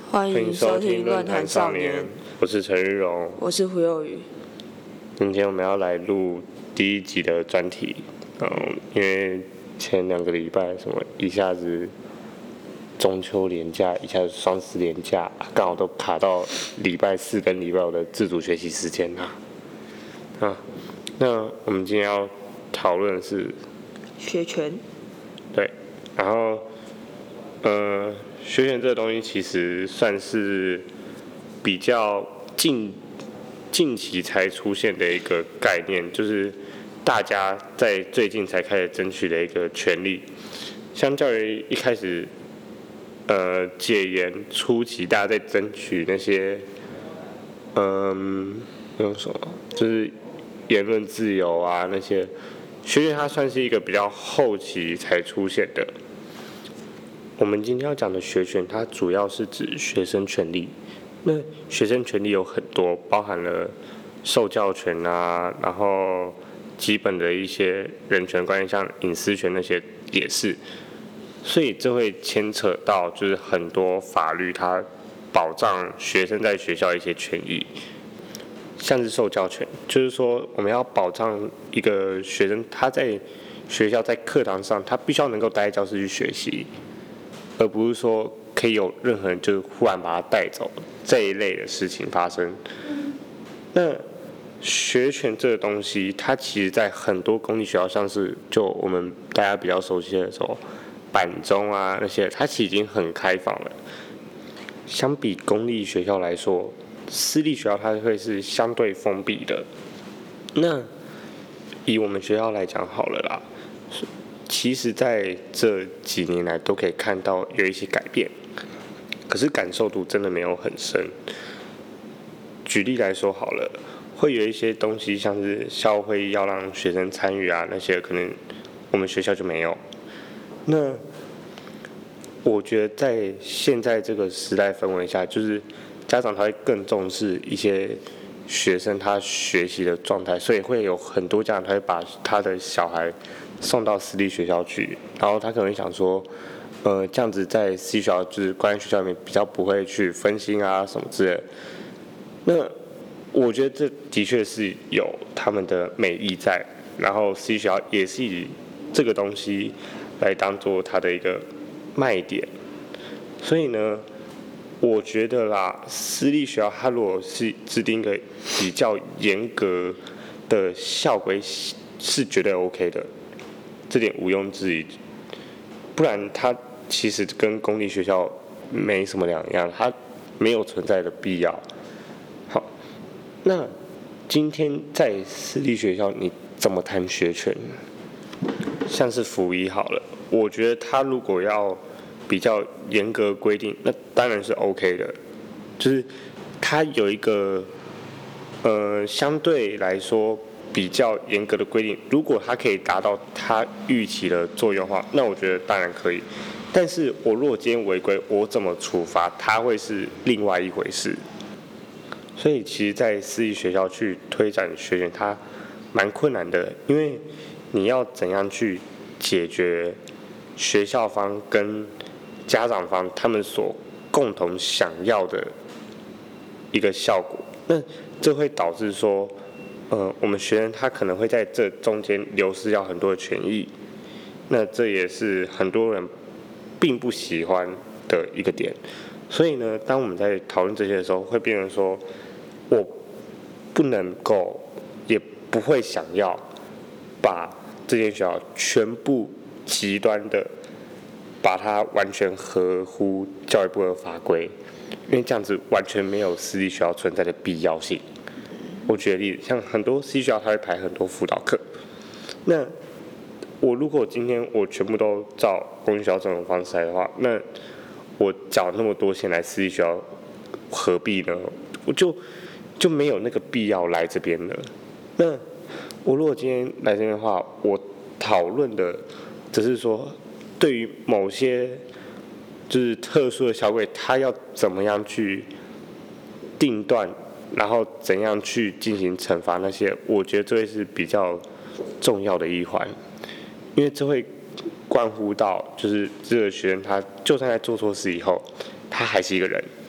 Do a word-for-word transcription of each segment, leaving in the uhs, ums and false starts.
欢迎收听论坛少年， 我是陈玉荣， 我是胡佑宇。 今天我们要来录第一集的专题，嗯，因为前两个礼拜什么一下子中秋连假，一下子双十连假，刚好都卡到礼拜四跟礼拜五的自主学习时间啦。啊，那我们今天要讨论的是学权， 对，然后呃，学权这个东西其实算是比较近近期才出现的一个概念，就是大家在最近才开始争取的一个权利。相较于一开始，呃，戒严初期，大家在争取那些，嗯，那种什么，就是言论自由啊那些，学权它算是一个比较后期才出现的。我们今天要讲的学权，它主要是指学生权利。那学生权利有很多，包含了受教权啊，然后基本的一些人权观念，像隐私权那些也是。所以这会牵扯到就是很多法律，它保障学生在学校一些权益，像是受教权，就是说我们要保障一个学生他在学校在课堂上，他必须要能够待在教室去学习。而不是说可以有任何人就忽然把他带走这一类的事情发生。那学权这个东西，它其实在很多公立学校，像是就我们大家比较熟悉的时候，板中啊那些，它其实已经很开放了。相比公立学校来说，私立学校它会是相对封闭的。那以我们学校来讲好了啦。其实在这几年来都可以看到有一些改变，可是感受度真的没有很深。举例来说好了，会有一些东西像是校会要让学生参与啊，那些可能我们学校就没有。那我觉得在现在这个时代氛围下，就是家长他会更重视一些学生他学习的状态，所以会有很多家长他会把他的小孩送到私立学校去，然后他可能会想说，呃，这样子在私立学校就是关在学校里面比较不会去分心啊什么之类的。那我觉得这的确是有他们的美意在，然后私立学校也是以这个东西来当做它的一个卖点。所以呢，我觉得啦，私立学校它如果是制定一个比较严格的校规，是绝对 OK 的。这点毋庸置疑，不然它其实跟公立学校没什么两样，它没有存在的必要。好，那今天在私立学校你怎么谈学权？像是辅一好了，我觉得它如果要比较严格规定，那当然是 OK 的，就是它有一个呃相对来说比较严格的规定，如果它可以达到它预期的作用的话，那我觉得当然可以。但是我如果今天违规，我怎么处罚，它会是另外一回事。所以其实，在私立学校去推展学权，它蛮困难的，因为你要怎样去解决学校方跟家长方他们所共同想要的一个效果，那这会导致说。呃，我们学生他可能会在这中间流失掉很多的权益，那这也是很多人并不喜欢的一个点。所以呢，当我们在讨论这些的时候，会变成说，我不能够，也不会想要把这间学校全部极端的把它完全合乎教育部的法规，因为这样子完全没有私立学校存在的必要性。我举例，像很多私立学校，它会排很多辅导课。那我如果今天我全部都照公立学校这种方式来的话，那我缴那么多钱来私立学校，何必呢？我就就没有那个必要来这边了。那我如果今天来这边的话，我讨论的只是说，对于某些就是特殊的校规，它要怎么样去定断。然后怎样去进行惩罚那些，我觉得这会是比较重要的一环，因为这会关乎到就是这个学生他就算在做错事以后，他还是一个人，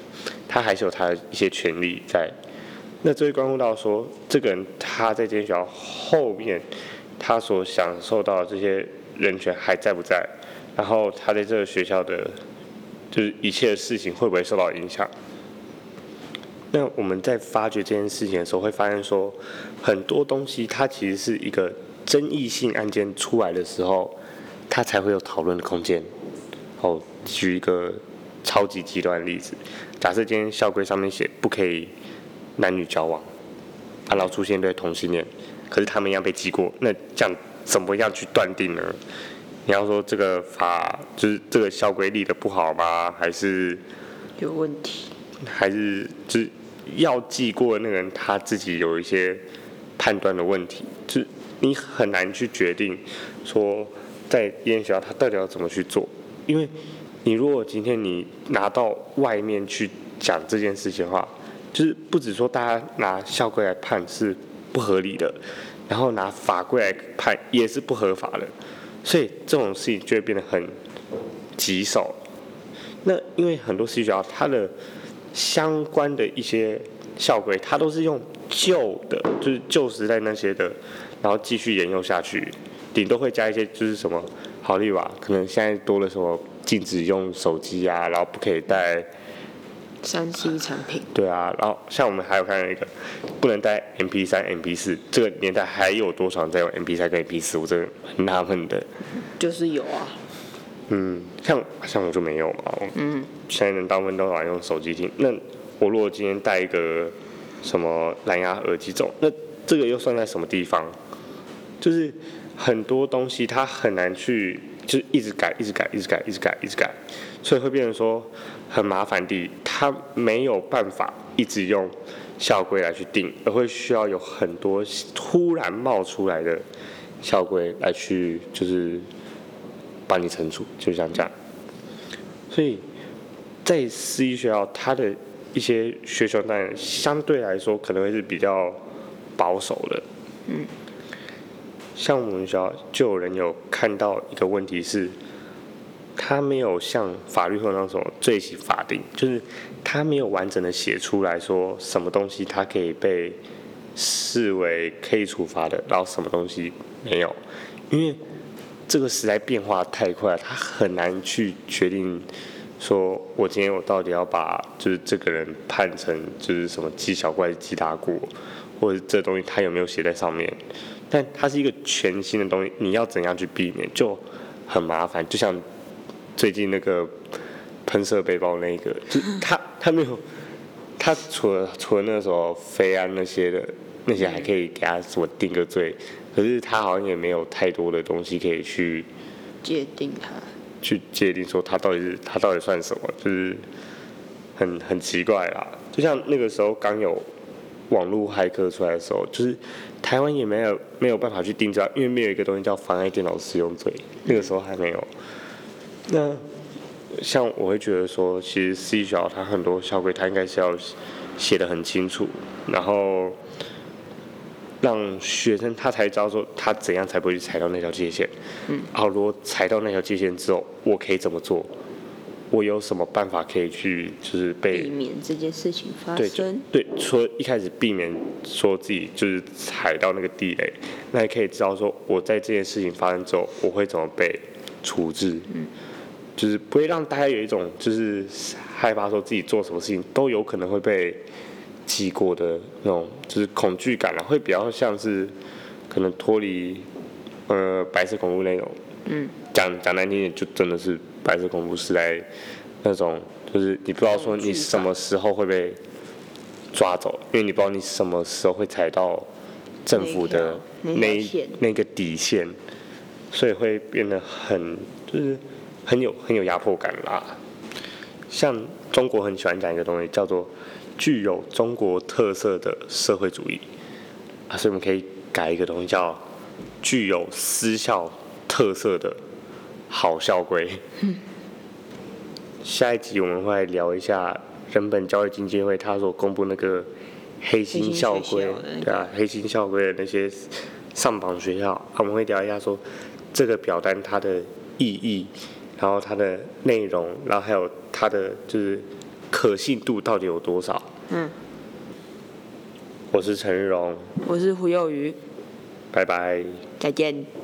他还是有他的一些权利在。那这会关乎到说，这个人他在这间学校后面，他所享受到的这些人权还在不在？然后他在这个学校的，就是一切的事情会不会受到影响？那我们在发掘这件事情的时候，会发现说，很多东西它其实是一个争议性案件出来的时候，它才会有讨论的空间。哦，举一个超级极端的例子，假设今天校规上面写不可以男女交往，啊，然后出现一对同性恋，可是他们一样被记过，那这样怎么样去断定呢？你要说这个法就是这个校规立得不好吗？还是有问题？ 还是就是要记过的那个人他自己有一些判断的问题，就是你很难去决定说在一间学校他到底要怎么去做，因为你如果今天你拿到外面去讲这件事情的话，就是不只说大家拿校规来判是不合理的，然后拿法规来判也是不合法的，所以这种事情就会变得很棘手。那因为很多私立学校它的相关的一些校规，它都是用旧的，就是旧时代那些的，然后继续沿用下去，顶多会加一些就是什么好例吧，可能现在多了什么禁止用手机啊，然后不可以带三 C 产品。 对啊，然后像我们还有看到一个不能带 M P 三、M P 四，这个年代还有多少人在用 M P 三跟 M P 四？我真的很纳闷的。 就是有啊。 嗯，像像我就没有嘛。嗯。现在人大部分都来用手机听，那我如果今天带一个什么蓝牙耳机这种，那这个又算在什么地方？就是很多东西它很难去，就是一直改、一直改、一直改、一直改、一直改，所以会变成说很麻烦地，它没有办法一直用校规来去定，而会需要有很多突然冒出来的校规来去，就是帮你惩处，就像这样。所以在私立学校，它的一些学校当然相对来说可能会是比较保守的。嗯。像我们学校就有人有看到一个问题是，他没有像法律或那种罪行法定，就是他没有完整的写出来说什么东西他可以被视为可以处罚的，然后什么东西没有，因为这个时代变化太快，他很难去决定说我今天我到底要把就是这个人判成就是什么记小过还是记大过，或者这东西他有没有写在上面。但它是一个全新的东西，你要怎样去避免就很麻烦。就像最近那个喷射背包那个，就他他没有，他除了除了那个时候飞安那些的那些还可以给他什么定个罪，可是他好像也没有太多的东西可以去界定他， 去界定说他到底是他到底算什么，就是很很奇怪啦。就像那个时候刚有网络骇客出来的时候，就是台湾也没有没有办法去定罪，因为没有一个东西叫妨碍电脑使用罪，那个时候还没有。那像我会觉得说，其实私立学校它很多校规，它应该是要写得很清楚，然后让学生他才知道说他怎样才不会去踩到那条界限。嗯。然后如果踩到那条界限之后，我可以怎么做？我有什么办法可以去就是被避免这件事情发生？ 对，对，除了一开始避免说自己就是踩到那个地雷，那也可以知道说我在这件事情发生之后，我会怎么被处置。嗯，就是不会让大家有一种就是害怕说自己做什么事情都有可能会被记过的那种就是恐惧感啦，会比较像是可能脱离呃白色恐怖那种。嗯，讲讲难听点，就真的是白色恐怖时代那种，就是你不知道说你什么时候会被抓走，因为你不知道你什么时候会踩到政府的那那个底线，所以会变得很就是很有很有压迫感啦。像中国很喜欢讲一个东西，叫做具有中国特色的社会主义啊，所以我们可以改一个东西叫具有私校特色的好校规。嗯，下一集我们会来聊一下人本教育基金会他所公布那个黑心校规，对啊，黑心校规的那些上榜学校，我们会聊一下说这个表单它的意义，然后它的内容，然后还有它的就是可信度到底有多少？ 嗯。 我是陈玉荣， 我是胡幼瑜， 拜拜， 再见。